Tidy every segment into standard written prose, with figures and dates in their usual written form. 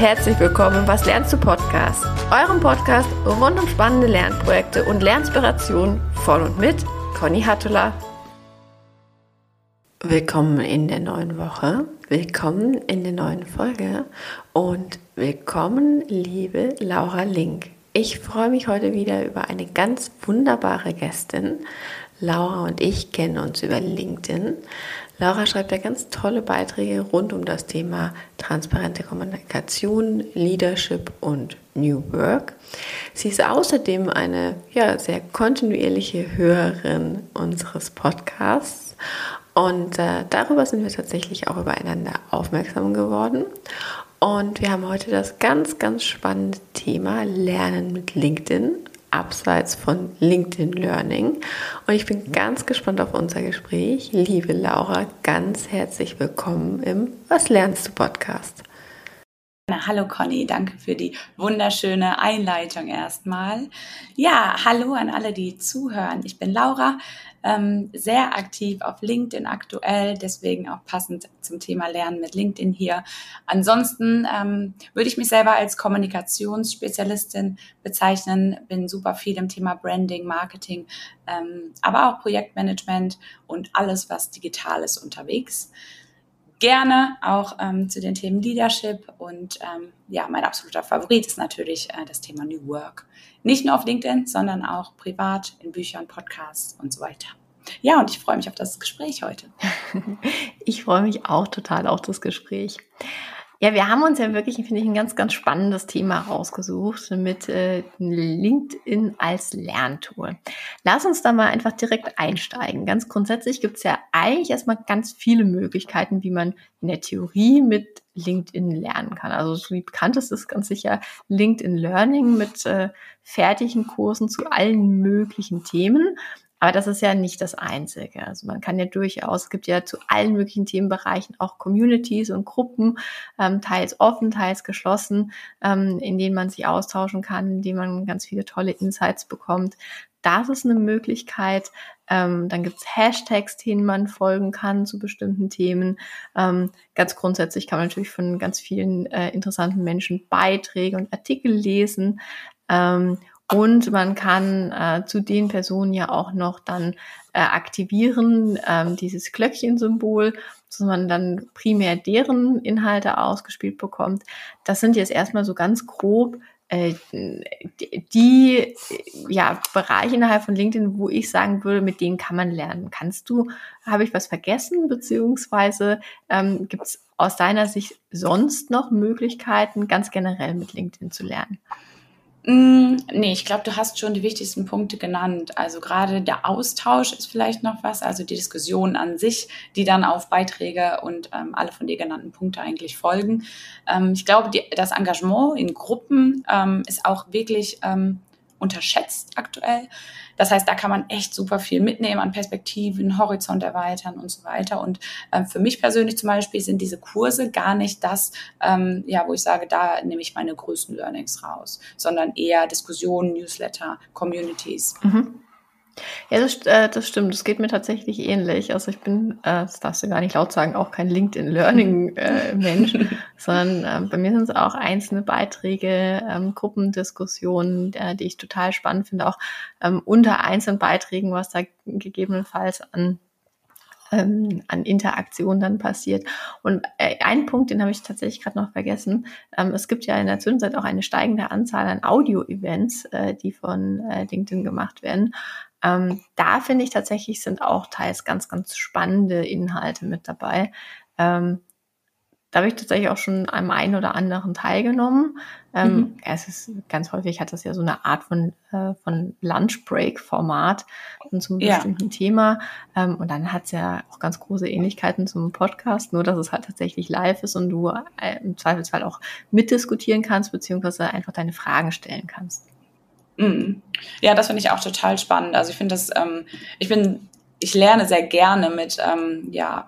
herzlich willkommen im Was lernst du Podcast, eurem Podcast rund um spannende Lernprojekte und Lerninspiration von und mit Conny Hattula. Willkommen in der neuen Woche, willkommen in der neuen Folge und willkommen, liebe Laura Link. Ich freue mich heute wieder über eine ganz wunderbare Gästin. Laura und ich kennen uns über LinkedIn. Laura schreibt ja ganz tolle Beiträge rund um das Thema transparente Kommunikation, Leadership und New Work. Sie ist außerdem eine sehr kontinuierliche Hörerin unseres Podcasts und darüber sind wir tatsächlich auch übereinander aufmerksam geworden. Und wir haben heute das ganz, ganz spannende Thema Lernen mit LinkedIn, abseits von LinkedIn Learning. Und ich bin ganz gespannt auf unser Gespräch. Liebe Laura, ganz herzlich willkommen im Was lernst du Podcast. Hallo Conny, danke für die wunderschöne Einleitung erstmal. Ja, hallo an alle, die zuhören. Ich bin Laura, sehr aktiv auf LinkedIn aktuell, deswegen auch passend zum Thema Lernen mit LinkedIn hier. Ansonsten würde ich mich selber als Kommunikationsspezialistin bezeichnen, bin super viel im Thema Branding, Marketing, aber auch Projektmanagement und alles, was digital ist unterwegs. Gerne auch zu den Themen Leadership und mein absoluter Favorit ist natürlich das Thema New Work. Nicht nur auf LinkedIn, sondern auch privat in Büchern, Podcasts und so weiter. Ja, und ich freue mich auf das Gespräch heute. Ich freue mich auch total auf das Gespräch. Ja, wir haben uns ja wirklich, finde ich, ein ganz, ganz spannendes Thema rausgesucht mit LinkedIn als Lerntool. Lass uns da mal einfach direkt einsteigen. Ganz grundsätzlich gibt es ja eigentlich erstmal ganz viele Möglichkeiten, wie man in der Theorie mit LinkedIn lernen kann. Also so die bekannteste ist ganz sicher LinkedIn Learning mit fertigen Kursen zu allen möglichen Themen. Aber das ist ja nicht das Einzige. Also man kann ja durchaus, es gibt ja zu allen möglichen Themenbereichen auch Communities und Gruppen, teils offen, teils geschlossen, in denen man sich austauschen kann, in denen man ganz viele tolle Insights bekommt. Das ist eine Möglichkeit. Dann gibt es Hashtags, denen man folgen kann zu bestimmten Themen. Ganz grundsätzlich kann man natürlich von ganz vielen interessanten Menschen Beiträge und Artikel lesen. Und man kann zu den Personen ja auch noch dann aktivieren, dieses Glöckchensymbol, dass man dann primär deren Inhalte ausgespielt bekommt. Das sind jetzt erstmal so ganz grob die Bereiche innerhalb von LinkedIn, wo ich sagen würde, mit denen kann man lernen. Habe ich was vergessen, beziehungsweise gibt es aus deiner Sicht sonst noch Möglichkeiten, ganz generell mit LinkedIn zu lernen? Nee, ich glaube, du hast schon die wichtigsten Punkte genannt. Also gerade der Austausch ist vielleicht noch was, also die Diskussion an sich, die dann auf Beiträge und alle von dir genannten Punkte eigentlich folgen. Ich glaube, das Engagement in Gruppen ist auch wirklich unterschätzt aktuell. Das heißt, da kann man echt super viel mitnehmen an Perspektiven, Horizont erweitern und so weiter. Und für mich persönlich zum Beispiel sind diese Kurse gar nicht das, wo ich sage, da nehme ich meine größten Learnings raus, sondern eher Diskussionen, Newsletter, Communities. Mhm. Ja, das stimmt. Das geht mir tatsächlich ähnlich. Also ich bin, das darfst du gar nicht laut sagen, auch kein LinkedIn-Learning-Mensch, sondern bei mir sind es auch einzelne Beiträge, Gruppendiskussionen, die ich total spannend finde, auch unter einzelnen Beiträgen, was da gegebenenfalls an Interaktion dann passiert. Und einen Punkt, den habe ich tatsächlich gerade noch vergessen. Es gibt ja in der Zwischenzeit auch eine steigende Anzahl an Audio-Events, die von LinkedIn gemacht werden. Da finde ich tatsächlich, sind auch teils ganz, ganz spannende Inhalte mit dabei. Da habe ich tatsächlich auch schon am einen oder anderen teilgenommen. Es ist ganz häufig, hat das ja so eine Art von Lunchbreak-Format zum bestimmten Thema. Und dann hat es ja auch ganz große Ähnlichkeiten zum Podcast, nur dass es halt tatsächlich live ist und du im Zweifelsfall auch mitdiskutieren kannst, beziehungsweise einfach deine Fragen stellen kannst. Ja, das finde ich auch total spannend. Also ich finde das, ich lerne sehr gerne mit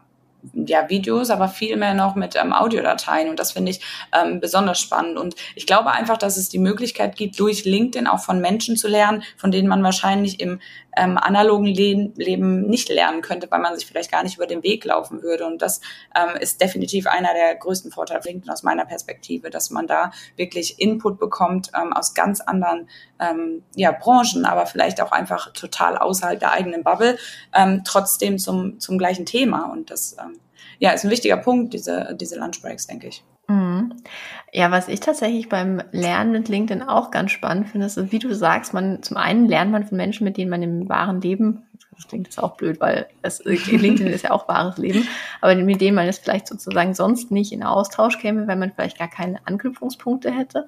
Videos, aber viel mehr noch mit Audiodateien. Und das finde ich besonders spannend. Und ich glaube einfach, dass es die Möglichkeit gibt, durch LinkedIn auch von Menschen zu lernen, von denen man wahrscheinlich im analogen Leben nicht lernen könnte, weil man sich vielleicht gar nicht über den Weg laufen würde. Und das ist definitiv einer der größten Vorteile von LinkedIn aus meiner Perspektive, dass man da wirklich Input bekommt aus ganz anderen Branchen, aber vielleicht auch einfach total außerhalb der eigenen Bubble, trotzdem zum gleichen Thema. Und das ist ein wichtiger Punkt, diese Lunchbreaks, denke ich. Mhm. Ja, was ich tatsächlich beim Lernen mit LinkedIn auch ganz spannend finde, ist, wie du sagst, zum einen lernt man von Menschen, mit denen man im wahren Leben, das klingt jetzt auch blöd, weil LinkedIn ist ja auch wahres Leben, aber mit denen man es vielleicht sozusagen sonst nicht in Austausch käme, weil man vielleicht gar keine Anknüpfungspunkte hätte.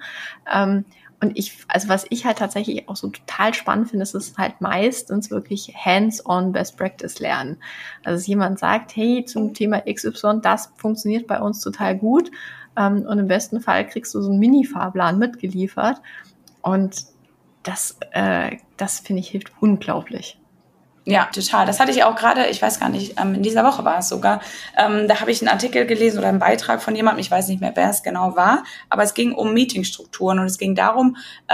Und was ich halt tatsächlich auch so total spannend finde, ist halt meistens wirklich hands-on Best Practice lernen. Also dass jemand sagt, hey, zum Thema XY, das funktioniert bei uns total gut. Und im besten Fall kriegst du so einen Mini-Fahrplan mitgeliefert. Und das finde ich, hilft unglaublich. Ja, total. Das hatte ich auch gerade, ich weiß gar nicht, in dieser Woche war es sogar, da habe ich einen Artikel gelesen oder einen Beitrag von jemandem, ich weiß nicht mehr, wer es genau war, aber es ging um Meetingstrukturen und es ging darum,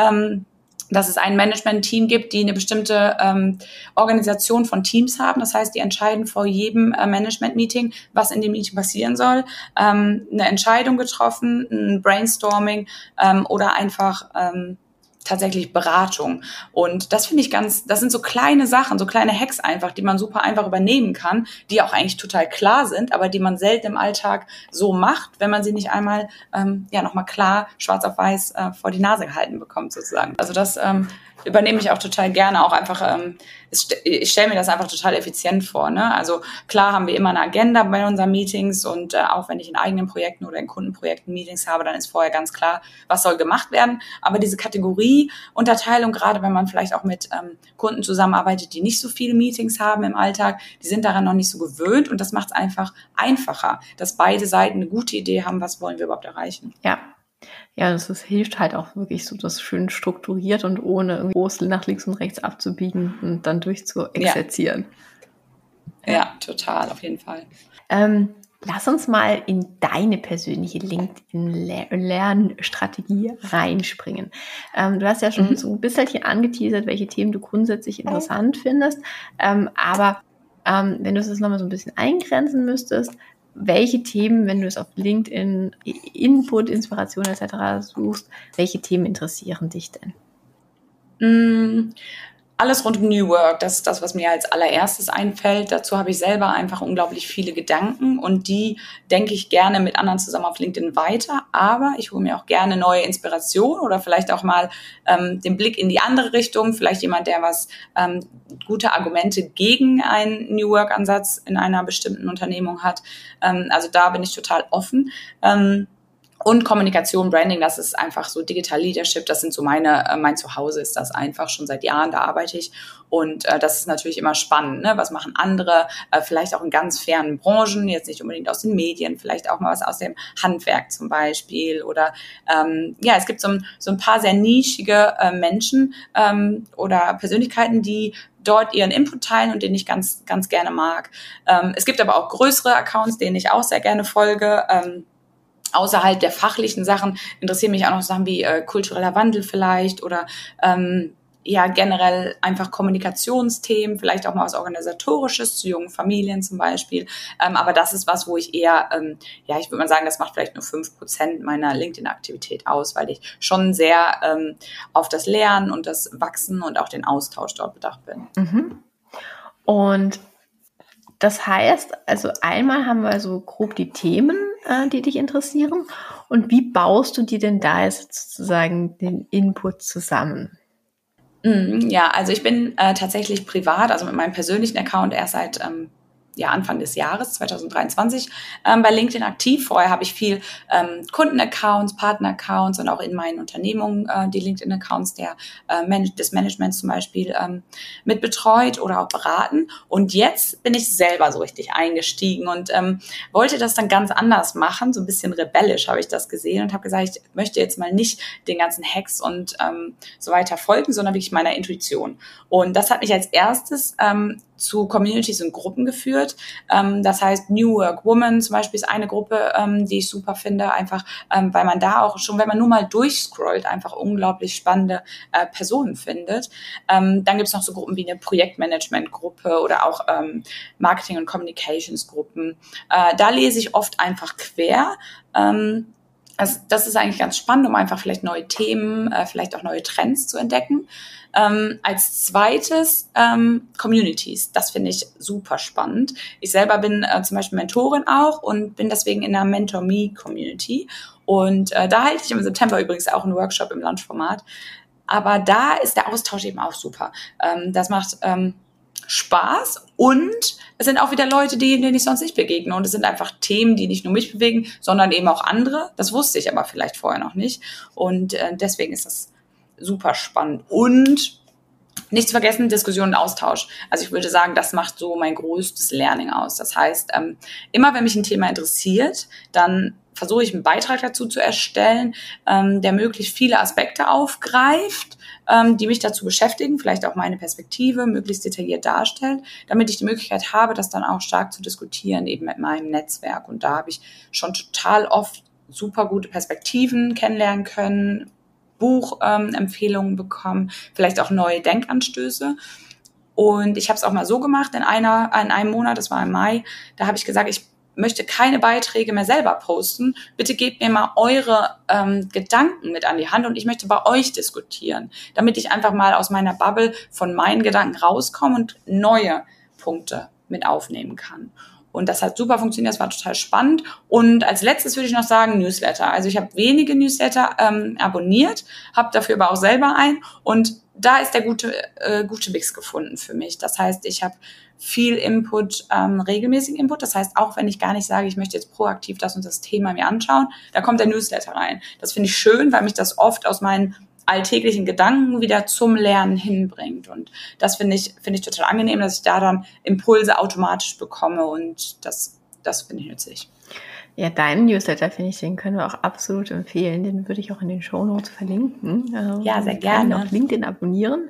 dass es ein Management-Team gibt, die eine bestimmte Organisation von Teams haben. Das heißt, die entscheiden vor jedem Management-Meeting, was in dem Meeting passieren soll. Eine Entscheidung getroffen, ein Brainstorming oder einfach tatsächlich Beratung. Und das finde ich das sind so kleine Sachen, so kleine Hacks einfach, die man super einfach übernehmen kann, die auch eigentlich total klar sind, aber die man selten im Alltag so macht, wenn man sie nicht einmal nochmal klar schwarz auf weiß vor die Nase gehalten bekommt sozusagen. Also das übernehme ich auch total gerne, auch einfach, ich stelle mir das einfach total effizient vor, ne? Also klar haben wir immer eine Agenda bei unseren Meetings und auch wenn ich in eigenen Projekten oder in Kundenprojekten Meetings habe, dann ist vorher ganz klar, was soll gemacht werden, aber diese Kategorieunterteilung, gerade wenn man vielleicht auch mit Kunden zusammenarbeitet, die nicht so viele Meetings haben im Alltag, die sind daran noch nicht so gewöhnt und das macht es einfach einfacher, dass beide Seiten eine gute Idee haben, was wollen wir überhaupt erreichen. Ja, das hilft halt auch wirklich so, das schön strukturiert und ohne irgendwie groß nach links und rechts abzubiegen und dann durchzuexerzieren. Ja, total, auf jeden Fall. Lass uns mal in deine persönliche LinkedIn-Lernstrategie reinspringen. Du hast ja schon so ein bisschen angeteasert, welche Themen du grundsätzlich interessant findest. Aber wenn du es jetzt nochmal so ein bisschen eingrenzen müsstest, welche Themen, wenn du es auf LinkedIn, Input, Inspiration etc. suchst, welche Themen interessieren dich denn? Alles rund um New Work, das ist das, was mir als allererstes einfällt. Dazu habe ich selber einfach unglaublich viele Gedanken und die denke ich gerne mit anderen zusammen auf LinkedIn weiter. Aber ich hole mir auch gerne neue Inspiration oder vielleicht auch mal den Blick in die andere Richtung. Vielleicht jemand, der gute Argumente gegen einen New Work-Ansatz in einer bestimmten Unternehmung hat. Also da bin ich total offen. Und Kommunikation, Branding, das ist einfach so Digital Leadership, das sind so mein Zuhause ist das einfach, schon seit Jahren, da arbeite ich und das ist natürlich immer spannend, ne? Was machen andere, vielleicht auch in ganz fernen Branchen, jetzt nicht unbedingt aus den Medien, vielleicht auch mal was aus dem Handwerk zum Beispiel oder es gibt so ein paar sehr nischige Menschen oder Persönlichkeiten, die dort ihren Input teilen und den ich ganz, ganz gerne mag. Es gibt aber auch größere Accounts, denen ich auch sehr gerne folge, außerhalb der fachlichen Sachen interessieren mich auch noch Sachen wie kultureller Wandel vielleicht oder generell einfach Kommunikationsthemen, vielleicht auch mal was Organisatorisches zu jungen Familien zum Beispiel. Aber das ist was, wo ich eher, ich würde mal sagen, das macht vielleicht nur 5% meiner LinkedIn-Aktivität aus, weil ich schon sehr auf das Lernen und das Wachsen und auch den Austausch dort bedacht bin. Mhm. Und das heißt, also einmal haben wir so grob die Themen, die dich interessieren. Und wie baust du dir denn da jetzt sozusagen den Input zusammen? Ja, also ich bin tatsächlich privat, also mit meinem persönlichen Account erst seit Anfang des Jahres 2023 bei LinkedIn aktiv. Vorher habe ich viel Kundenaccounts, Partneraccounts und auch in meinen Unternehmungen die LinkedIn-Accounts des Managements zum Beispiel mit betreut oder auch beraten. Und jetzt bin ich selber so richtig eingestiegen und wollte das dann ganz anders machen. So ein bisschen rebellisch habe ich das gesehen und habe gesagt, ich möchte jetzt mal nicht den ganzen Hacks und so weiter folgen, sondern wirklich meiner Intuition. Und das hat mich als erstes zu Communities und Gruppen geführt. Das heißt, New Work Woman zum Beispiel ist eine Gruppe, die ich super finde, einfach weil man da auch schon, wenn man nur mal durchscrollt, einfach unglaublich spannende Personen findet. Dann gibt es noch so Gruppen wie eine Projektmanagement-Gruppe oder auch Marketing- und Communications-Gruppen. Da lese ich oft einfach quer. Das ist eigentlich ganz spannend, um einfach vielleicht neue Themen, vielleicht auch neue Trends zu entdecken. Als zweites Communities. Das finde ich super spannend. Ich selber bin zum Beispiel Mentorin auch und bin deswegen in einer Mentor-Me-Community. Und da halte ich im September übrigens auch einen Workshop im Lunchformat. Aber da ist der Austausch eben auch super. Das macht Spaß und es sind auch wieder Leute, denen ich sonst nicht begegne. Und es sind einfach Themen, die nicht nur mich bewegen, sondern eben auch andere. Das wusste ich aber vielleicht vorher noch nicht. Und deswegen ist das super spannend. Und nicht zu vergessen, Diskussion und Austausch. Also ich würde sagen, das macht so mein größtes Learning aus. Das heißt, immer wenn mich ein Thema interessiert, dann versuche ich einen Beitrag dazu zu erstellen, der möglichst viele Aspekte aufgreift, die mich dazu beschäftigen, vielleicht auch meine Perspektive möglichst detailliert darstellt, damit ich die Möglichkeit habe, das dann auch stark zu diskutieren, eben mit meinem Netzwerk. Und da habe ich schon total oft super gute Perspektiven kennenlernen können, Buchempfehlungen bekommen, vielleicht auch neue Denkanstöße. Und ich habe es auch mal so gemacht, in einem Monat, das war im Mai, da habe ich gesagt, ich möchte keine Beiträge mehr selber posten. Bitte gebt mir mal eure Gedanken mit an die Hand und ich möchte bei euch diskutieren, damit ich einfach mal aus meiner Bubble von meinen Gedanken rauskomme und neue Punkte mit aufnehmen kann. Und das hat super funktioniert, das war total spannend. Und als letztes würde ich noch sagen, Newsletter. Also ich habe wenige Newsletter abonniert, habe dafür aber auch selber einen. Und da ist der gute Mix gefunden für mich. Das heißt, ich habe viel Input, regelmäßigen Input. Das heißt, auch wenn ich gar nicht sage, ich möchte jetzt proaktiv das und das Thema mir anschauen, da kommt der Newsletter rein. Das finde ich schön, weil mich das oft aus meinen alltäglichen Gedanken wieder zum Lernen hinbringt. Und das finde ich total angenehm, dass ich da dann Impulse automatisch bekomme und das finde ich nützlich. Ja, deinen Newsletter, finde ich, den können wir auch absolut empfehlen. Den würde ich auch in den Shownotes verlinken. Ja, sehr gerne. Auf LinkedIn abonnieren.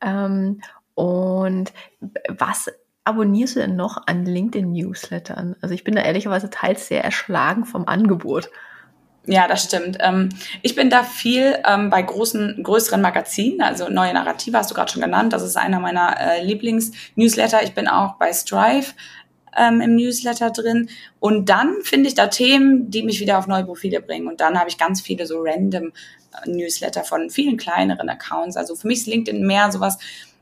Und was abonnierst du denn noch an LinkedIn-Newslettern? Also ich bin da ehrlicherweise teils sehr erschlagen vom Angebot. Ja, das stimmt. Ich bin da viel bei größeren Magazinen, also Neue Narrative hast du gerade schon genannt. Das ist einer meiner Lieblings-Newsletter. Ich bin auch bei Strive im Newsletter drin. Und dann finde ich da Themen, die mich wieder auf neue Profile bringen. Und dann habe ich ganz viele so random Newsletter von vielen kleineren Accounts. Also für mich ist LinkedIn mehr sowas,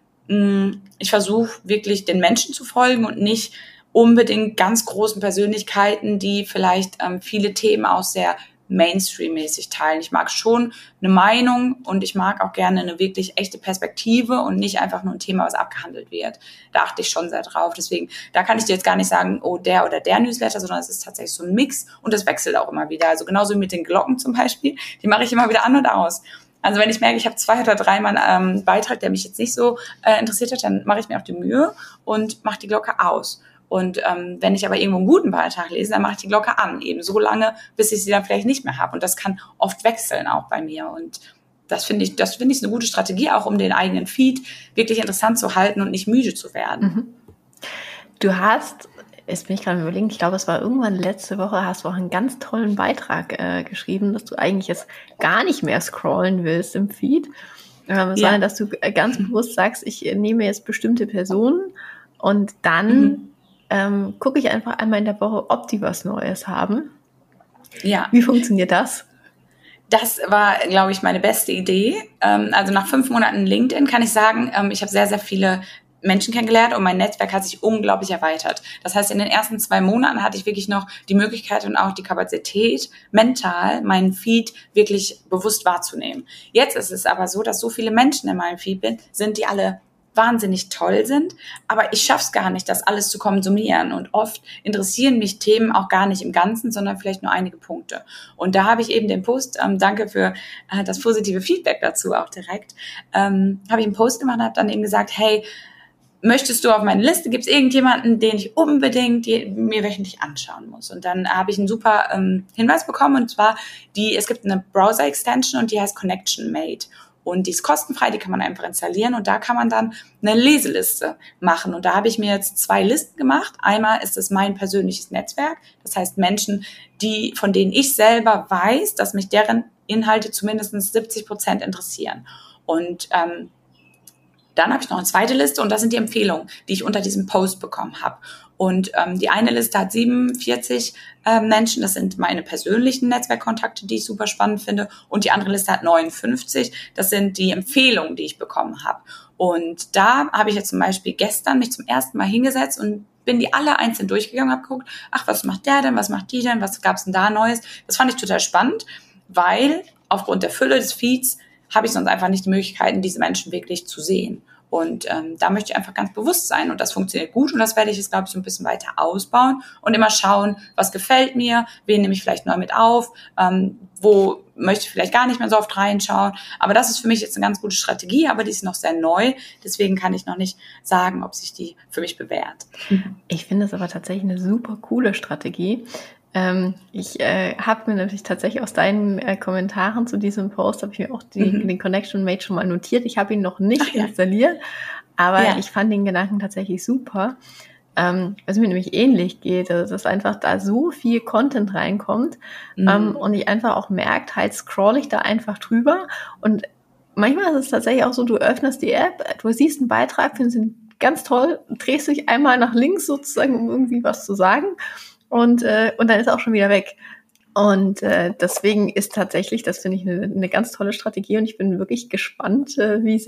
ich versuche wirklich den Menschen zu folgen und nicht unbedingt ganz großen Persönlichkeiten, die vielleicht viele Themen auch sehr Mainstream-mäßig teilen. Ich mag schon eine Meinung und ich mag auch gerne eine wirklich echte Perspektive und nicht einfach nur ein Thema, was abgehandelt wird. Da achte ich schon sehr drauf. Deswegen, da kann ich dir jetzt gar nicht sagen, oh, der oder der Newsletter, sondern es ist tatsächlich so ein Mix und das wechselt auch immer wieder. Also genauso wie mit den Glocken zum Beispiel, die mache ich immer wieder an und aus. Also wenn ich merke, ich habe 2 oder 3 Mal einen Beitrag, der mich jetzt nicht so interessiert hat, dann mache ich mir auch die Mühe und mache die Glocke aus. Und wenn ich aber irgendwo einen guten Beitrag lese, dann mache ich die Glocke an, eben so lange, bis ich sie dann vielleicht nicht mehr habe. Und das kann oft wechseln auch bei mir. Und das finde ich eine gute Strategie, auch um den eigenen Feed wirklich interessant zu halten und nicht müde zu werden. Mhm. Du hast, jetzt bin ich gerade überlegen, ich glaube, es war irgendwann letzte Woche, hast du auch einen ganz tollen Beitrag geschrieben, dass du eigentlich jetzt gar nicht mehr scrollen willst im Feed, sondern dass du ganz bewusst sagst, ich nehme jetzt bestimmte Personen und dann gucke ich einfach einmal in der Woche, ob die was Neues haben. Ja. Wie funktioniert das? Das war, glaube ich, meine beste Idee. Also nach 5 Monaten LinkedIn kann ich sagen, ich habe sehr, sehr viele Menschen kennengelernt und mein Netzwerk hat sich unglaublich erweitert. Das heißt, in den ersten 2 Monaten hatte ich wirklich noch die Möglichkeit und auch die Kapazität, mental meinen Feed wirklich bewusst wahrzunehmen. Jetzt ist es aber so, dass so viele Menschen in meinem Feed sind, die alle wahnsinnig toll sind, aber ich schaff's gar nicht, das alles zu konsumieren und oft interessieren mich Themen auch gar nicht im Ganzen, sondern vielleicht nur einige Punkte. Und da habe ich eben den Post, danke für das positive Feedback dazu auch direkt, habe ich einen Post gemacht und habe dann eben gesagt, hey, möchtest du auf meine Liste, gibt es irgendjemanden, den ich unbedingt mir wöchentlich anschauen muss? Und dann habe ich einen super Hinweis bekommen und zwar, es gibt eine Browser-Extension und die heißt Connection Mate. Und die ist kostenfrei, die kann man einfach installieren und da kann man dann eine Leseliste machen. Und da habe ich mir jetzt 2 Listen gemacht. Einmal ist es mein persönliches Netzwerk, das heißt Menschen, von denen ich selber weiß, dass mich deren Inhalte zumindest 70% interessieren. Und dann habe ich noch eine zweite Liste und das sind die Empfehlungen, die ich unter diesem Post bekommen habe. Und die eine Liste hat 47 Menschen, das sind meine persönlichen Netzwerkkontakte, die ich super spannend finde. Und die andere Liste hat 59, das sind die Empfehlungen, die ich bekommen habe. Und da habe ich jetzt zum Beispiel gestern mich zum ersten Mal hingesetzt und bin die alle einzeln durchgegangen, habe geguckt, ach, was macht der denn, was macht die denn, was gab's denn da Neues? Das fand ich total spannend, weil aufgrund der Fülle des Feeds habe ich sonst einfach nicht die Möglichkeiten, diese Menschen wirklich zu sehen. Und da möchte ich einfach ganz bewusst sein und das funktioniert gut und das werde ich jetzt, glaube ich, so ein bisschen weiter ausbauen und immer schauen, was gefällt mir, wen nehme ich vielleicht neu mit auf, wo möchte ich vielleicht gar nicht mehr so oft reinschauen. Aber das ist für mich jetzt eine ganz gute Strategie, aber die ist noch sehr neu. Deswegen kann ich noch nicht sagen, ob sich die für mich bewährt. Ich finde es aber tatsächlich eine super coole Strategie. Ich habe mir natürlich tatsächlich aus deinen Kommentaren zu diesem Post, habe ich mir auch den Connection Mate schon mal notiert. Ich habe ihn noch nicht installiert, aber ich fand den Gedanken tatsächlich super. Was mir nämlich ähnlich geht, dass einfach da so viel Content reinkommt und ich einfach auch merkt, halt scroll ich da einfach drüber und manchmal ist es tatsächlich auch so, du öffnest die App, du siehst einen Beitrag, findest ihn ganz toll, drehst dich einmal nach links sozusagen, um irgendwie was zu sagen und dann ist er auch schon wieder weg. Und deswegen ist tatsächlich, das finde ich eine ganz tolle Strategie und ich bin wirklich gespannt,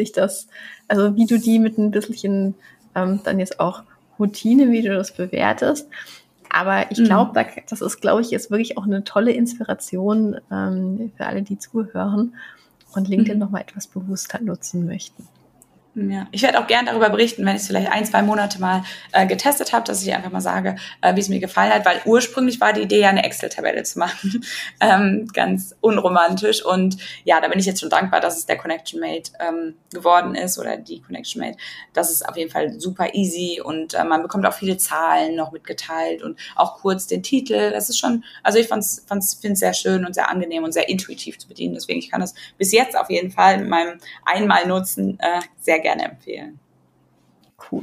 wie du die mit ein bisschen dann jetzt auch Routine, wie du das bewertest. Aber ich glaube, das ist, glaube ich, jetzt wirklich auch eine tolle Inspiration für alle, die zuhören und LinkedIn nochmal etwas bewusster nutzen möchten. Ja, ich werde auch gerne darüber berichten, wenn ich es vielleicht 1-2 Monate mal getestet habe, dass ich einfach mal sage, wie es mir gefallen hat, weil ursprünglich war die Idee ja eine Excel-Tabelle zu machen, ganz unromantisch und ja, da bin ich jetzt schon dankbar, dass es der Connection Mate geworden ist oder die Connection Mate. Das ist auf jeden Fall super easy und man bekommt auch viele Zahlen noch mitgeteilt und auch kurz den Titel. Das ist schon, also ich finde es sehr schön und sehr angenehm und sehr intuitiv zu bedienen, deswegen ich kann das bis jetzt auf jeden Fall mit meinem Einmal-Nutzen sehr gerne empfehlen. Cool.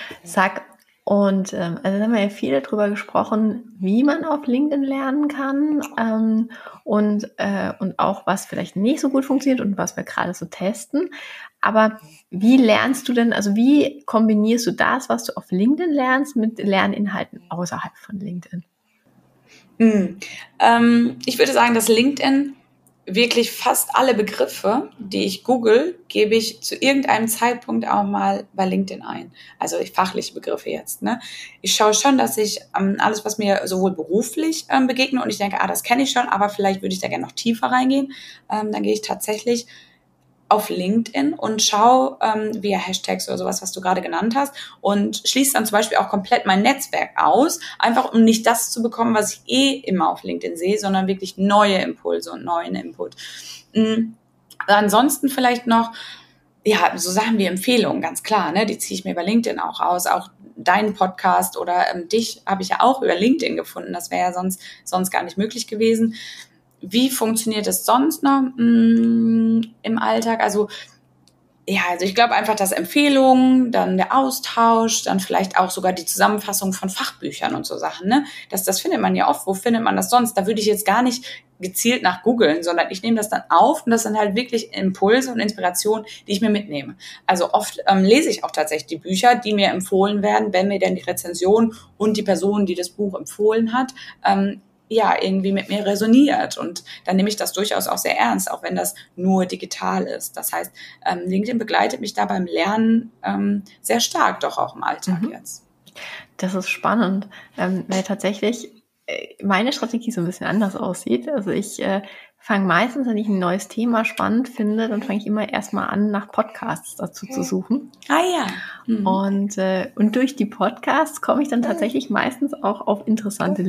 Und also da haben wir ja viel darüber gesprochen, wie man auf LinkedIn lernen kann und auch, was vielleicht nicht so gut funktioniert und was wir gerade so testen. Aber wie lernst du denn, also wie kombinierst du das, was du auf LinkedIn lernst, mit Lerninhalten außerhalb von LinkedIn? Ich würde sagen, dass LinkedIn wirklich fast alle Begriffe, die ich google, gebe ich zu irgendeinem Zeitpunkt auch mal bei LinkedIn ein. Also fachliche Begriffe jetzt. Ne? Ich schaue schon, dass ich alles, was mir sowohl beruflich begegnet und ich denke, das kenne ich schon, aber vielleicht würde ich da gerne noch tiefer reingehen, dann gehe ich tatsächlich auf LinkedIn und schau via Hashtags oder sowas, was du gerade genannt hast und schließe dann zum Beispiel auch komplett mein Netzwerk aus, einfach um nicht das zu bekommen, was ich immer auf LinkedIn sehe, sondern wirklich neue Impulse und neuen Input. Ansonsten vielleicht noch, ja, so Sachen wie Empfehlungen, ganz klar, ne, die ziehe ich mir über LinkedIn auch aus, auch deinen Podcast oder dich habe ich ja auch über LinkedIn gefunden, das wäre ja sonst gar nicht möglich gewesen. Wie funktioniert es sonst noch im Alltag? Also ich glaube einfach, dass Empfehlungen, dann der Austausch, dann vielleicht auch sogar die Zusammenfassung von Fachbüchern und so Sachen, ne? Das findet man ja oft. Wo findet man das sonst? Da würde ich jetzt gar nicht gezielt nach googeln, sondern ich nehme das dann auf und das sind halt wirklich Impulse und Inspirationen, die ich mir mitnehme. Also oft lese ich auch tatsächlich die Bücher, die mir empfohlen werden, wenn mir dann die Rezension und die Person, die das Buch empfohlen hat, irgendwie mit mir resoniert und dann nehme ich das durchaus auch sehr ernst, auch wenn das nur digital ist. Das heißt, LinkedIn begleitet mich da beim Lernen sehr stark, doch auch im Alltag jetzt. Das ist spannend, weil tatsächlich meine Strategie so ein bisschen anders aussieht. Also ich fange meistens, wenn ich ein neues Thema spannend finde, dann fange ich immer erstmal an, nach Podcasts dazu zu suchen. Ah ja. Und durch die Podcasts komme ich dann tatsächlich meistens auch auf interessante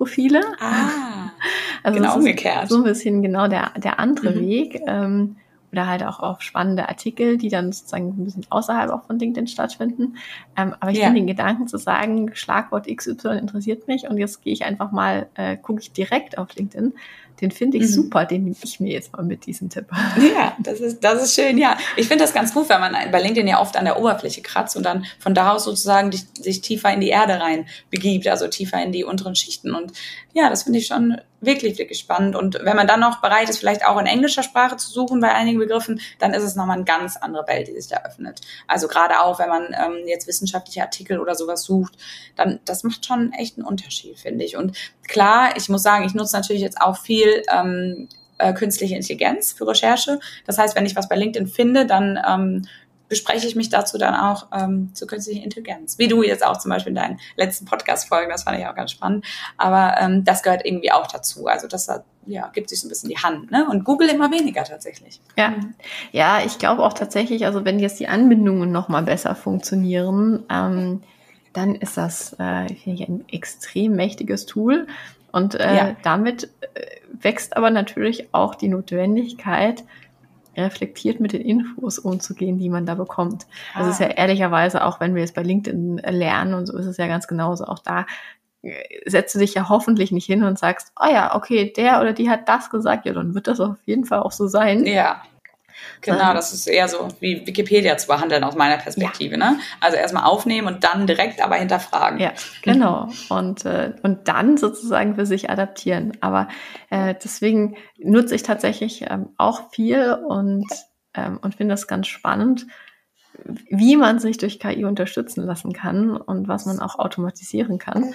LinkedIn-Profile. Ah, also genau umgekehrt. So ein bisschen genau der andere Weg. oder halt auch auf spannende Artikel, die dann sozusagen ein bisschen außerhalb auch von LinkedIn stattfinden. Aber ich finde den Gedanken zu sagen, Schlagwort XY interessiert mich und jetzt gehe ich einfach mal, gucke ich direkt auf LinkedIn, den finde ich super, den nehme ich mir jetzt mal mit, diesen Tipp. Ja, das ist schön, ja. Ich finde das ganz gut, weil man bei LinkedIn ja oft an der Oberfläche kratzt und dann von da aus sozusagen sich tiefer in die Erde rein begibt, also tiefer in die unteren Schichten. Und ja, das finde ich schon wirklich, wirklich spannend. Und wenn man dann noch bereit ist, vielleicht auch in englischer Sprache zu suchen bei einigen Begriffen, dann ist es nochmal eine ganz andere Welt, die sich da öffnet. Also gerade auch, wenn man jetzt wissenschaftliche Artikel oder sowas sucht, dann das macht schon echt einen Unterschied, finde ich. Und klar, ich muss sagen, ich nutze natürlich jetzt auch viel künstliche Intelligenz für Recherche. Das heißt, wenn ich was bei LinkedIn finde, dann bespreche ich mich dazu dann auch zur künstlichen Intelligenz. Wie du jetzt auch zum Beispiel in deinen letzten Podcast-Folgen, das fand ich auch ganz spannend. Aber das gehört irgendwie auch dazu. Also das gibt sich so ein bisschen die Hand, ne? Und Google immer weniger tatsächlich. Ja, ich glaube auch tatsächlich, also wenn jetzt die Anbindungen noch mal besser funktionieren, dann ist das finde ich, ein extrem mächtiges Tool. Und damit wächst aber natürlich auch die Notwendigkeit, reflektiert mit den Infos umzugehen, die man da bekommt. Das ist ja ehrlicherweise, auch wenn wir jetzt bei LinkedIn lernen und so ist es ja ganz genauso, auch da setzt du dich ja hoffentlich nicht hin und sagst, oh ja, okay, der oder die hat das gesagt, ja, dann wird das auf jeden Fall auch so sein. Ja. Genau, das ist eher so wie Wikipedia zu behandeln aus meiner Perspektive, ne? Also erstmal aufnehmen und dann direkt aber hinterfragen. Ja, genau. Und dann sozusagen für sich adaptieren. Aber deswegen nutze ich tatsächlich auch viel und finde das ganz spannend, wie man sich durch KI unterstützen lassen kann und was man auch automatisieren kann.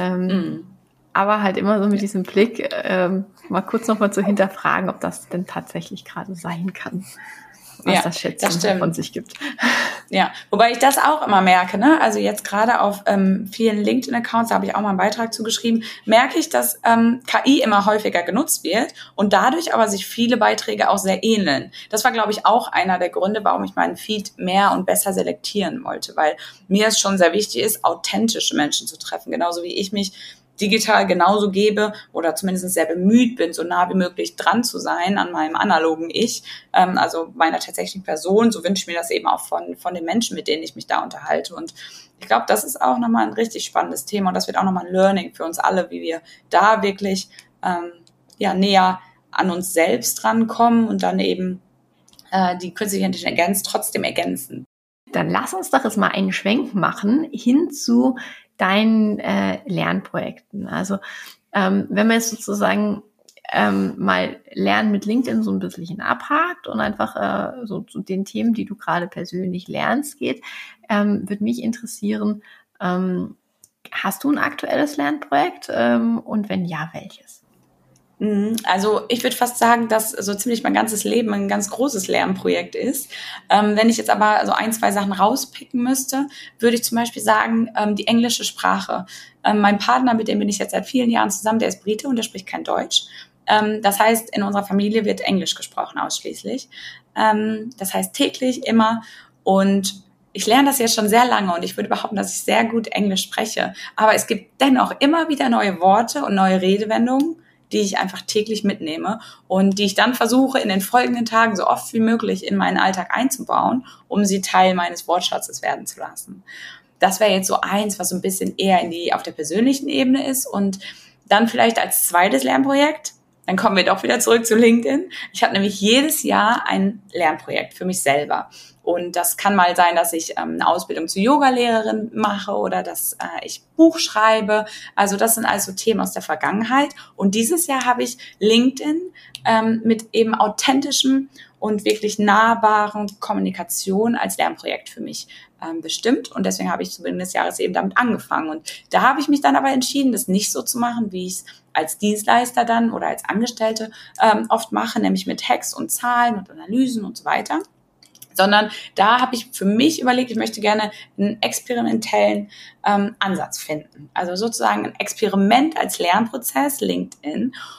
Aber halt immer so mit diesem Blick, mal kurz nochmal zu hinterfragen, ob das denn tatsächlich gerade sein kann, was das Schätzchen von sich gibt. Ja, wobei ich das auch immer merke, ne? Also jetzt gerade auf vielen LinkedIn-Accounts, da habe ich auch mal einen Beitrag zugeschrieben, merke ich, dass KI immer häufiger genutzt wird und dadurch aber sich viele Beiträge auch sehr ähneln. Das war, glaube ich, auch einer der Gründe, warum ich meinen Feed mehr und besser selektieren wollte, weil mir es schon sehr wichtig ist, authentische Menschen zu treffen, genauso wie ich mich digital genauso gebe oder zumindest sehr bemüht bin, so nah wie möglich dran zu sein an meinem analogen Ich, also meiner tatsächlichen Person. So wünsche ich mir das eben auch von den Menschen, mit denen ich mich da unterhalte. Und ich glaube, das ist auch nochmal ein richtig spannendes Thema und das wird auch nochmal ein Learning für uns alle, wie wir da wirklich näher an uns selbst rankommen und dann eben die künstliche Intelligenz trotzdem ergänzen. Dann lass uns doch jetzt mal einen Schwenk machen hin zu deinen Lernprojekten. Also wenn man jetzt sozusagen mal Lernen mit LinkedIn so ein bisschen abhakt und einfach so zu den Themen, die du gerade persönlich lernst, geht, würde mich interessieren, hast du ein aktuelles Lernprojekt und wenn ja, welches? Also ich würde fast sagen, dass so ziemlich mein ganzes Leben ein ganz großes Lernprojekt ist. Wenn ich jetzt aber so 1, 2 Sachen rauspicken müsste, würde ich zum Beispiel sagen, die englische Sprache. Mein Partner, mit dem bin ich jetzt seit vielen Jahren zusammen, der ist Brite und der spricht kein Deutsch. Das heißt, in unserer Familie wird Englisch gesprochen ausschließlich. Das heißt täglich, immer. Und ich lerne das jetzt schon sehr lange und ich würde behaupten, dass ich sehr gut Englisch spreche. Aber es gibt dennoch immer wieder neue Worte und neue Redewendungen, die ich einfach täglich mitnehme und die ich dann versuche, in den folgenden Tagen so oft wie möglich in meinen Alltag einzubauen, um sie Teil meines Wortschatzes werden zu lassen. Das wäre jetzt so eins, was so ein bisschen eher auf der persönlichen Ebene ist. Und dann vielleicht als zweites Lernprojekt, dann kommen wir doch wieder zurück zu LinkedIn. Ich habe nämlich jedes Jahr ein Lernprojekt für mich selber. Und das kann mal sein, dass ich eine Ausbildung zur Yogalehrerin mache oder dass ich Buch schreibe. Also das sind also Themen aus der Vergangenheit. Und dieses Jahr habe ich LinkedIn mit eben authentischem und wirklich nahbaren Kommunikation als Lernprojekt für mich bestimmt. Und deswegen habe ich zu Beginn des Jahres eben damit angefangen. Und da habe ich mich dann aber entschieden, das nicht so zu machen, wie ich es als Dienstleister dann oder als Angestellte oft mache, nämlich mit Hacks und Zahlen und Analysen und so weiter. Sondern da habe ich für mich überlegt, ich möchte gerne einen experimentellen Ansatz finden. Also sozusagen ein Experiment als Lernprozess, LinkedIn.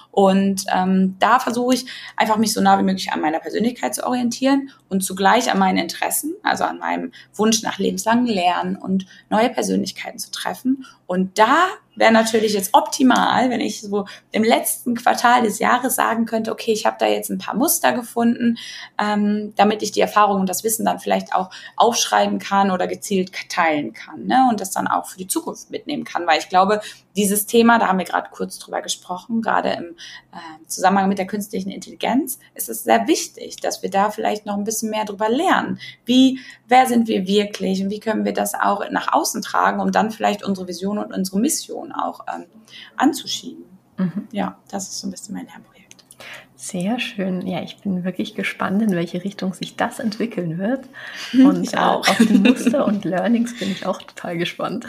Und da versuche ich einfach mich so nah wie möglich an meiner Persönlichkeit zu orientieren und zugleich an meinen Interessen, also an meinem Wunsch nach lebenslangem Lernen und neue Persönlichkeiten zu treffen. Und da wäre natürlich jetzt optimal, wenn ich so im letzten Quartal des Jahres sagen könnte, okay, ich habe da jetzt ein paar Muster gefunden, damit ich die Erfahrung und das Wissen dann vielleicht auch aufschreiben kann oder gezielt teilen kann, ne? Und das dann auch für die Zukunft mitnehmen kann, weil ich glaube, dieses Thema, da haben wir gerade kurz drüber gesprochen, gerade im Zusammenhang mit der künstlichen Intelligenz, ist es sehr wichtig, dass wir da vielleicht noch ein bisschen mehr drüber lernen. Wer sind wir wirklich und wie können wir das auch nach außen tragen, um dann vielleicht unsere Vision und unsere Mission auch anzuschieben. Ja, das ist so ein bisschen mein Lernprojekt. Sehr schön. Ja, ich bin wirklich gespannt, in welche Richtung sich das entwickeln wird. Und ich auch. Auf die Muster und Learnings bin ich auch total gespannt.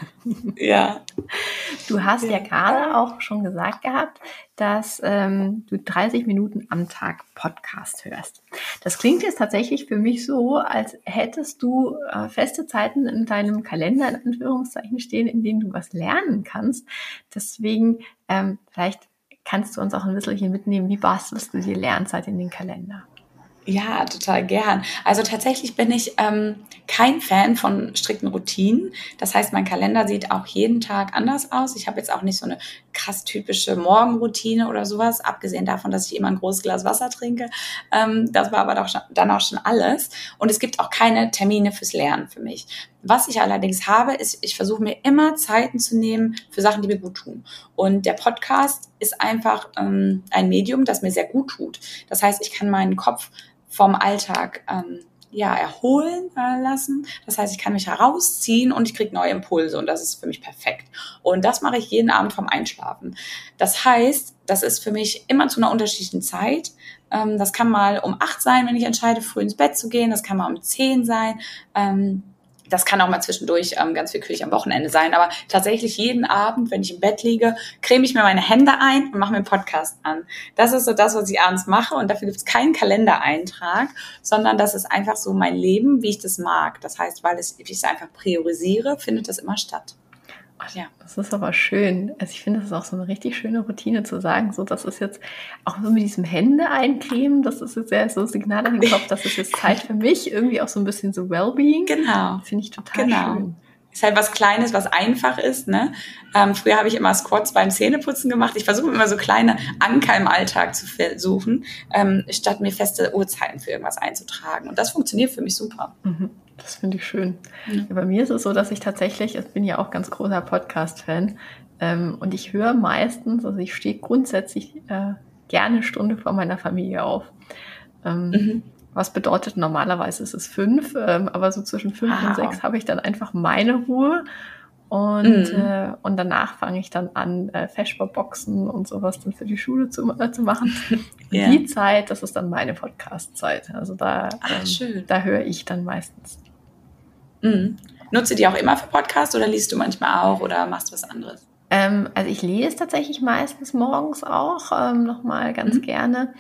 Ja. Du hast ja gerade auch schon gesagt gehabt, dass du 30 Minuten am Tag Podcast hörst. Das klingt jetzt tatsächlich für mich so, als hättest du feste Zeiten in deinem Kalender, in Anführungszeichen, stehen, in denen du was lernen kannst. Deswegen vielleicht kannst du uns auch ein bisschen mitnehmen, wie bastelst du die Lernzeit in den Kalender? Ja, total gern. Also tatsächlich bin ich kein Fan von strikten Routinen. Das heißt, mein Kalender sieht auch jeden Tag anders aus. Ich habe jetzt auch nicht so eine krass typische Morgenroutine oder sowas, abgesehen davon, dass ich immer ein großes Glas Wasser trinke. Das war aber dann auch schon alles. Und es gibt auch keine Termine fürs Lernen für mich. Was ich allerdings habe, ist, ich versuche mir immer Zeiten zu nehmen für Sachen, die mir gut tun. Und der Podcast ist einfach ein Medium, das mir sehr gut tut. Das heißt, ich kann meinen Kopf vom Alltag erholen lassen. Das heißt, ich kann mich herausziehen und ich kriege neue Impulse und das ist für mich perfekt. Und das mache ich jeden Abend vorm Einschlafen. Das heißt, das ist für mich immer zu einer unterschiedlichen Zeit. Das kann mal um 8 sein, wenn ich entscheide, früh ins Bett zu gehen. Das kann mal um 10 sein. Das kann auch mal zwischendurch ganz willkürlich am Wochenende sein. Aber tatsächlich jeden Abend, wenn ich im Bett liege, creme ich mir meine Hände ein und mache mir einen Podcast an. Das ist so das, was ich abends mache. Und dafür gibt es keinen Kalendereintrag, sondern das ist einfach so mein Leben, wie ich das mag. Das heißt, weil ich es einfach priorisiere, findet das immer statt. Ja. Das ist aber schön. Also ich finde, das ist auch so eine richtig schöne Routine zu sagen, so das ist jetzt auch so mit diesem Hände eincremen, das ist jetzt sehr so ein Signal an den Kopf, das ist jetzt Zeit für mich, irgendwie auch so ein bisschen so Wellbeing. Genau. Finde ich total schön. Ist halt was Kleines, was einfach ist, ne? Früher habe ich immer Squats beim Zähneputzen gemacht. Ich versuche immer so kleine Anker im Alltag zu suchen, statt mir feste Uhrzeiten für irgendwas einzutragen. Und das funktioniert für mich super. Das finde ich schön. Ja, bei mir ist es so, dass ich bin ja auch ganz großer Podcast-Fan und ich höre meistens, also ich stehe grundsätzlich gerne eine Stunde vor meiner Familie auf. Was bedeutet, normalerweise ist es 5, aber so zwischen 5 und 6 habe ich dann einfach meine Ruhe und danach fange ich dann an, Feschbar-Boxen und sowas dann für die Schule zu machen. Yeah. Die Zeit, das ist dann meine Podcast-Zeit. Also da höre ich dann meistens. Nutzt du die auch immer für Podcasts oder liest du manchmal auch oder machst du was anderes? Also ich lese tatsächlich meistens morgens auch nochmal ganz gerne.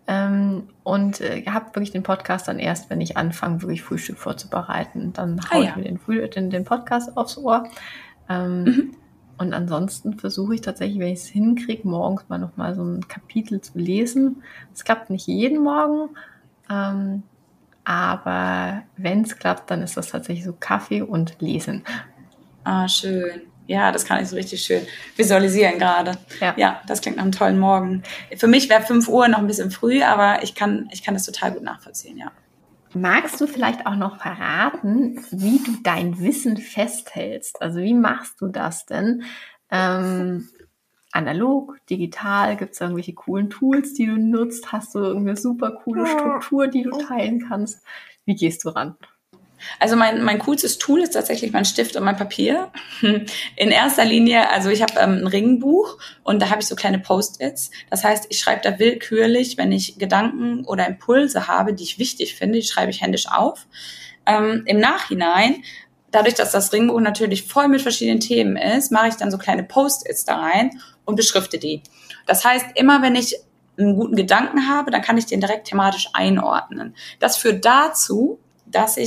Und habe wirklich den Podcast dann erst, wenn ich anfange, wirklich Frühstück vorzubereiten. Dann haue ich mir den Podcast aufs Ohr. Und ansonsten versuche ich tatsächlich, wenn ich es hinkriege, morgens mal nochmal so ein Kapitel zu lesen. Es klappt nicht jeden Morgen, aber wenn es klappt, dann ist das tatsächlich so Kaffee und Lesen. Ah, schön. Ja, das kann ich so richtig schön visualisieren gerade. Ja, das klingt nach einem tollen Morgen. Für mich wäre 5 Uhr noch ein bisschen früh, aber ich kann das total gut nachvollziehen, ja. Magst du vielleicht auch noch verraten, wie du dein Wissen festhältst? Also wie machst du das denn? Analog, digital, gibt es irgendwelche coolen Tools, die du nutzt? Hast du irgendeine super coole Struktur, die du teilen kannst? Wie gehst du ran? Also mein coolstes Tool ist tatsächlich mein Stift und mein Papier. In erster Linie, also ich habe ein Ringbuch und da habe ich so kleine Post-its. Das heißt, ich schreibe da willkürlich, wenn ich Gedanken oder Impulse habe, die ich wichtig finde, die schreibe ich händisch auf. Im Nachhinein, dadurch, dass das Ringbuch natürlich voll mit verschiedenen Themen ist, mache ich dann so kleine Post-its da rein und beschrifte die. Das heißt, immer wenn ich einen guten Gedanken habe, dann kann ich den direkt thematisch einordnen. Das führt dazu, dass ich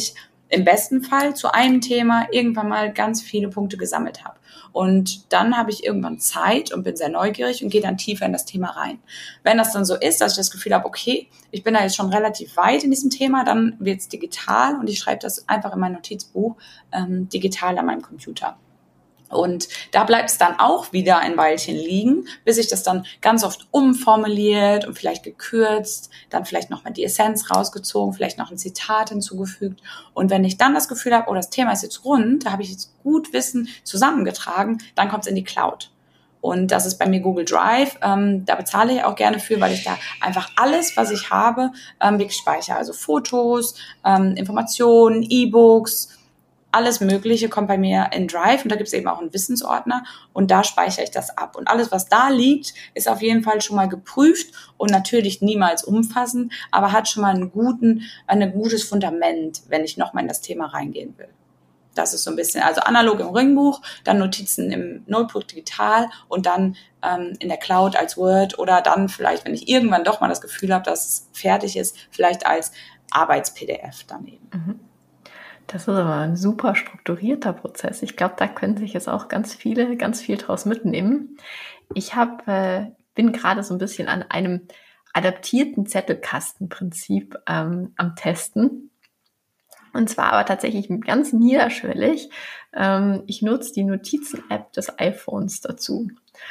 im besten Fall zu einem Thema irgendwann mal ganz viele Punkte gesammelt habe. Und dann habe ich irgendwann Zeit und bin sehr neugierig und gehe dann tiefer in das Thema rein. Wenn das dann so ist, dass ich das Gefühl habe, okay, ich bin da jetzt schon relativ weit in diesem Thema, dann wird es digital und ich schreibe das einfach in mein Notizbuch digital an meinem Computer. Und da bleibt es dann auch wieder ein Weilchen liegen, bis ich das dann ganz oft umformuliert und vielleicht gekürzt, dann vielleicht nochmal die Essenz rausgezogen, vielleicht noch ein Zitat hinzugefügt. Und wenn ich dann das Gefühl habe, oh, das Thema ist jetzt rund, da habe ich jetzt gut Wissen zusammengetragen, dann kommt es in die Cloud. Und das ist bei mir Google Drive. Da bezahle ich auch gerne für, weil ich da einfach alles, was ich habe, wirklich speichere. Also Fotos, Informationen, E-Books, alles Mögliche kommt bei mir in Drive und da gibt es eben auch einen Wissensordner und da speichere ich das ab. Und alles, was da liegt, ist auf jeden Fall schon mal geprüft und natürlich niemals umfassend, aber hat schon mal ein gutes Fundament, wenn ich nochmal in das Thema reingehen will. Das ist so ein bisschen, also analog im Ringbuch, dann Notizen im Notebook digital und dann in der Cloud als Word oder dann vielleicht, wenn ich irgendwann doch mal das Gefühl habe, dass es fertig ist, vielleicht als Arbeits-PDF daneben. Mhm. Das ist aber ein super strukturierter Prozess. Ich glaube, da können sich jetzt auch ganz viel draus mitnehmen. Ich bin gerade so ein bisschen an einem adaptierten Zettelkastenprinzip am Testen. Und zwar aber tatsächlich ganz niederschwellig. Ich nutze die Notizen-App des iPhones dazu.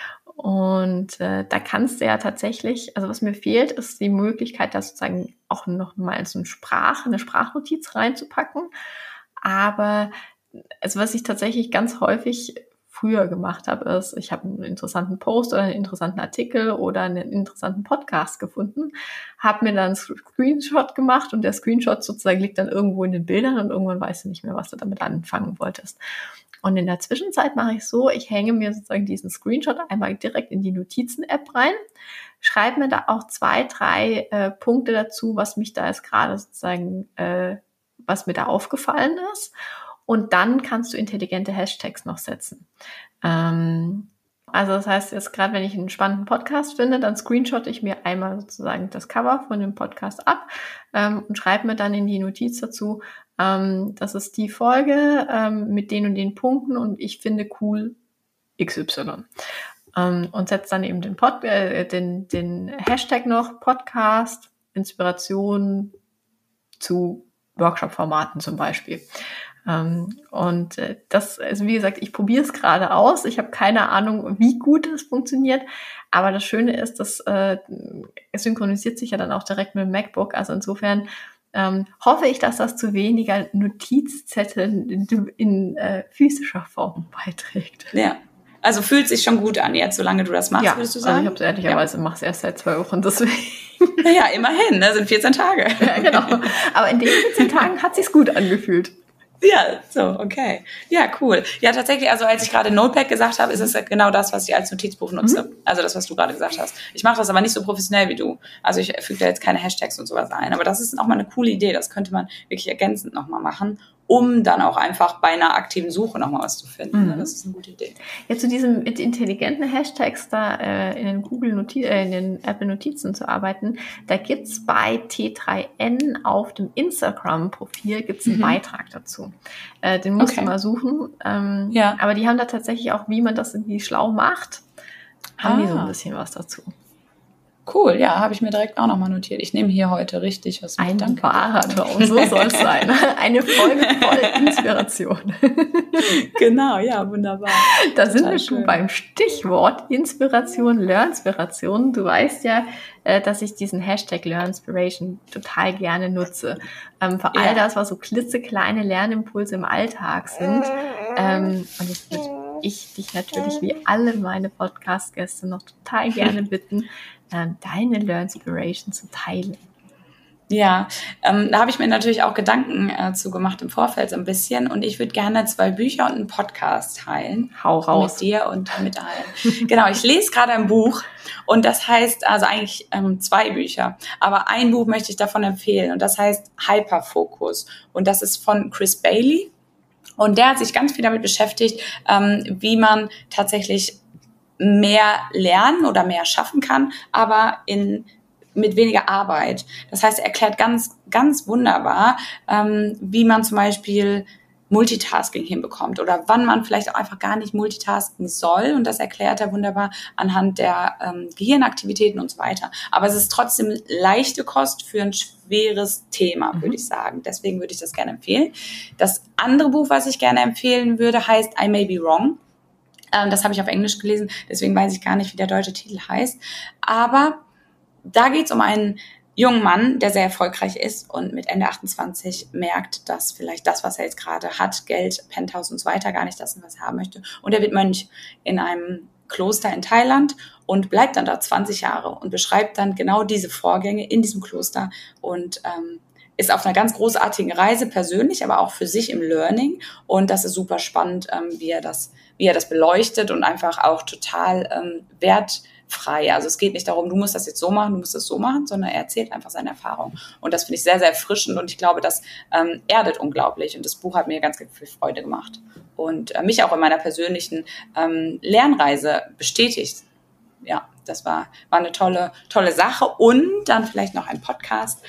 Und da kannst du ja tatsächlich, also was mir fehlt, ist die Möglichkeit, da sozusagen auch noch mal so eine Sprachnotiz reinzupacken. Aber also was ich tatsächlich ganz häufig früher gemacht habe, ist, ich habe einen interessanten Post oder einen interessanten Artikel oder einen interessanten Podcast gefunden, habe mir dann einen Screenshot gemacht und der Screenshot sozusagen liegt dann irgendwo in den Bildern und irgendwann weißt du nicht mehr, was du damit anfangen wolltest. Und in der Zwischenzeit mache ich so, ich hänge mir sozusagen diesen Screenshot einmal direkt in die Notizen-App rein, schreibe mir da auch 2, 3 Punkte dazu, was mich da jetzt gerade sozusagen, was mir da aufgefallen ist. Und dann kannst du intelligente Hashtags noch setzen. Also das heißt, jetzt gerade wenn ich einen spannenden Podcast finde, dann screenshotte ich mir einmal sozusagen das Cover von dem Podcast ab und schreibe mir dann in die Notiz dazu, das ist die Folge mit den und den Punkten und ich finde cool XY. Und setze dann eben den Hashtag noch, Podcast, Inspiration zu Workshop-Formaten zum Beispiel. Und das, also wie gesagt, ich probiere es gerade aus. Ich habe keine Ahnung, wie gut es funktioniert. Aber das Schöne ist, dass es synchronisiert sich ja dann auch direkt mit dem MacBook. Also insofern hoffe ich, dass das zu weniger Notizzetteln in physischer Form beiträgt. Ja. Also fühlt sich schon gut an jetzt, solange du das machst, ja, würdest du sagen? Also ich habe es ehrlicherweise mache es erst seit 2 Wochen, deswegen. Ja, immerhin, ne? Sind 14 Tage. Ja, genau. Aber in den 14 Tagen hat sich's gut angefühlt. Ja, so, okay. Ja, cool. Ja, tatsächlich, also als ich gerade Notepad gesagt habe, ist es genau das, was ich als Notizbuch nutze. Mhm. Also das, was du gerade gesagt hast. Ich mache das aber nicht so professionell wie du. Also ich füge da jetzt keine Hashtags und sowas ein. Aber das ist auch mal eine coole Idee. Das könnte man wirklich ergänzend nochmal machen, um dann auch einfach bei einer aktiven Suche nochmal was zu finden. Mhm. Das ist eine gute Idee. Ja, zu diesem mit intelligenten Hashtags da in den Apple Notizen zu arbeiten, da gibt's bei T3N auf dem Instagram-Profil gibt's einen Beitrag dazu. Den musst du mal suchen. Ja. Aber die haben da tatsächlich auch, wie man das irgendwie schlau macht, haben die so ein bisschen was dazu. Cool, ja, habe ich mir direkt auch nochmal notiert. Ich nehme hier heute richtig was mit. Ein wahrer Traum, so soll es sein. Eine Folge voll Inspiration. Genau, ja, wunderbar. Da sind wir schon beim Stichwort Inspiration, Learnspiration. Du weißt ja, dass ich diesen Hashtag Learnspiration total gerne nutze. Für all das, was so klitzekleine Lernimpulse im Alltag sind. Und jetzt würde ich dich natürlich wie alle meine Podcast-Gäste noch total gerne bitten, deine Learnspiration zu teilen. Ja, da habe ich mir natürlich auch Gedanken zu gemacht im Vorfeld so ein bisschen und ich würde gerne 2 Bücher und einen Podcast teilen. Hau raus. Mit dir und mit allen. Genau, ich lese gerade ein Buch und das heißt, also eigentlich 2 Bücher, aber ein Buch möchte ich davon empfehlen und das heißt Hyperfocus und das ist von Chris Bailey und der hat sich ganz viel damit beschäftigt, wie man tatsächlich mehr lernen oder mehr schaffen kann, aber mit weniger Arbeit. Das heißt, er erklärt ganz, ganz wunderbar, wie man zum Beispiel Multitasking hinbekommt oder wann man vielleicht auch einfach gar nicht multitasken soll. Und das erklärt er wunderbar anhand der Gehirnaktivitäten und so weiter. Aber es ist trotzdem leichte Kost für ein schweres Thema, würde ich sagen. Deswegen würde ich das gerne empfehlen. Das andere Buch, was ich gerne empfehlen würde, heißt I May Be Wrong. Das habe ich auf Englisch gelesen, deswegen weiß ich gar nicht, wie der deutsche Titel heißt. Aber da geht es um einen jungen Mann, der sehr erfolgreich ist und mit Ende 28 merkt, dass vielleicht das, was er jetzt gerade hat, Geld, Penthouse und so weiter, gar nicht das ist, was er haben möchte. Und er wird Mönch in einem Kloster in Thailand und bleibt dann da 20 Jahre und beschreibt dann genau diese Vorgänge in diesem Kloster und ist auf einer ganz großartigen Reise persönlich, aber auch für sich im Learning. Und das ist super spannend, wie er das beleuchtet und einfach auch total wertfrei. Also es geht nicht darum, du musst das jetzt so machen, du musst das so machen, sondern er erzählt einfach seine Erfahrung. Und das finde ich sehr, sehr erfrischend und ich glaube, das erdet unglaublich. Und das Buch hat mir ganz, ganz viel Freude gemacht und mich auch in meiner persönlichen Lernreise bestätigt. Ja, das war eine tolle Sache. Und dann vielleicht noch ein Podcast.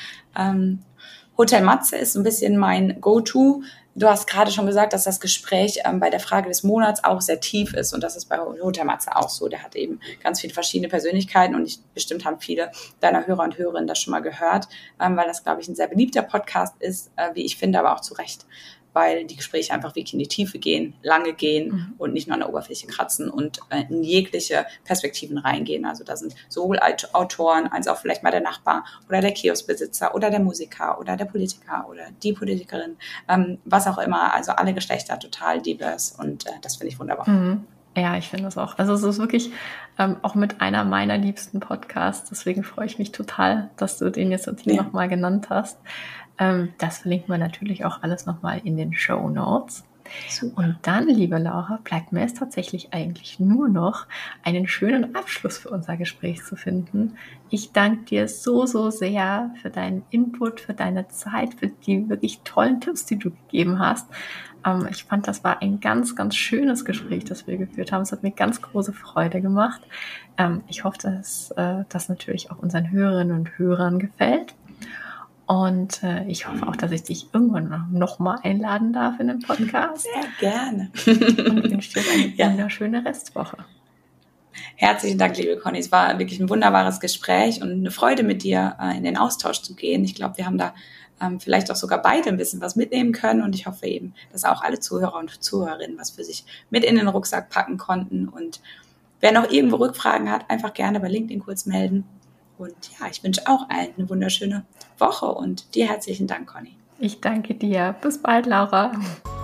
Hotel Matze ist ein bisschen mein Go-To. Du hast gerade schon gesagt, dass das Gespräch bei der Frage des Monats auch sehr tief ist und das ist bei Hotel Matze auch so. Der hat eben ganz viele verschiedene Persönlichkeiten und bestimmt haben viele deiner Hörer und Hörerinnen das schon mal gehört, weil das, glaube ich, ein sehr beliebter Podcast ist, wie ich finde, aber auch zu Recht, weil die Gespräche einfach wirklich in die Tiefe gehen, lange gehen und nicht nur an der Oberfläche kratzen und in jegliche Perspektiven reingehen. Also da sind sowohl Autoren als auch vielleicht mal der Nachbar oder der Kioskbesitzer oder der Musiker oder der Politiker oder die Politikerin, was auch immer. Also alle Geschlechter total divers und das finde ich wunderbar. Ja, ich finde das auch. Also es ist wirklich auch mit einer meiner liebsten Podcasts. Deswegen freue ich mich total, dass du den jetzt hier nochmal genannt hast. Das verlinken wir natürlich auch alles nochmal in den Shownotes. Super. Und dann, liebe Laura, bleibt mir es tatsächlich eigentlich nur noch, einen schönen Abschluss für unser Gespräch zu finden. Ich danke dir so, so sehr für deinen Input, für deine Zeit, für die wirklich tollen Tipps, die du gegeben hast. Ich fand, das war ein ganz, ganz schönes Gespräch, das wir geführt haben. Es hat mir ganz große Freude gemacht. Ich hoffe, dass das natürlich auch unseren Hörerinnen und Hörern gefällt. Und ich hoffe auch, dass ich dich irgendwann noch mal einladen darf in den Podcast. Sehr gerne. Und wünsche dir eine wunderschöne Restwoche. Herzlichen Dank, liebe Conny. Es war wirklich ein wunderbares Gespräch und eine Freude, mit dir in den Austausch zu gehen. Ich glaube, wir haben da vielleicht auch sogar beide ein bisschen was mitnehmen können. Und ich hoffe eben, dass auch alle Zuhörer und Zuhörerinnen was für sich mit in den Rucksack packen konnten. Und wer noch irgendwo Rückfragen hat, einfach gerne bei LinkedIn kurz melden. Und ja, ich wünsche auch allen eine wunderschöne Woche und dir herzlichen Dank, Conny. Ich danke dir. Bis bald, Laura.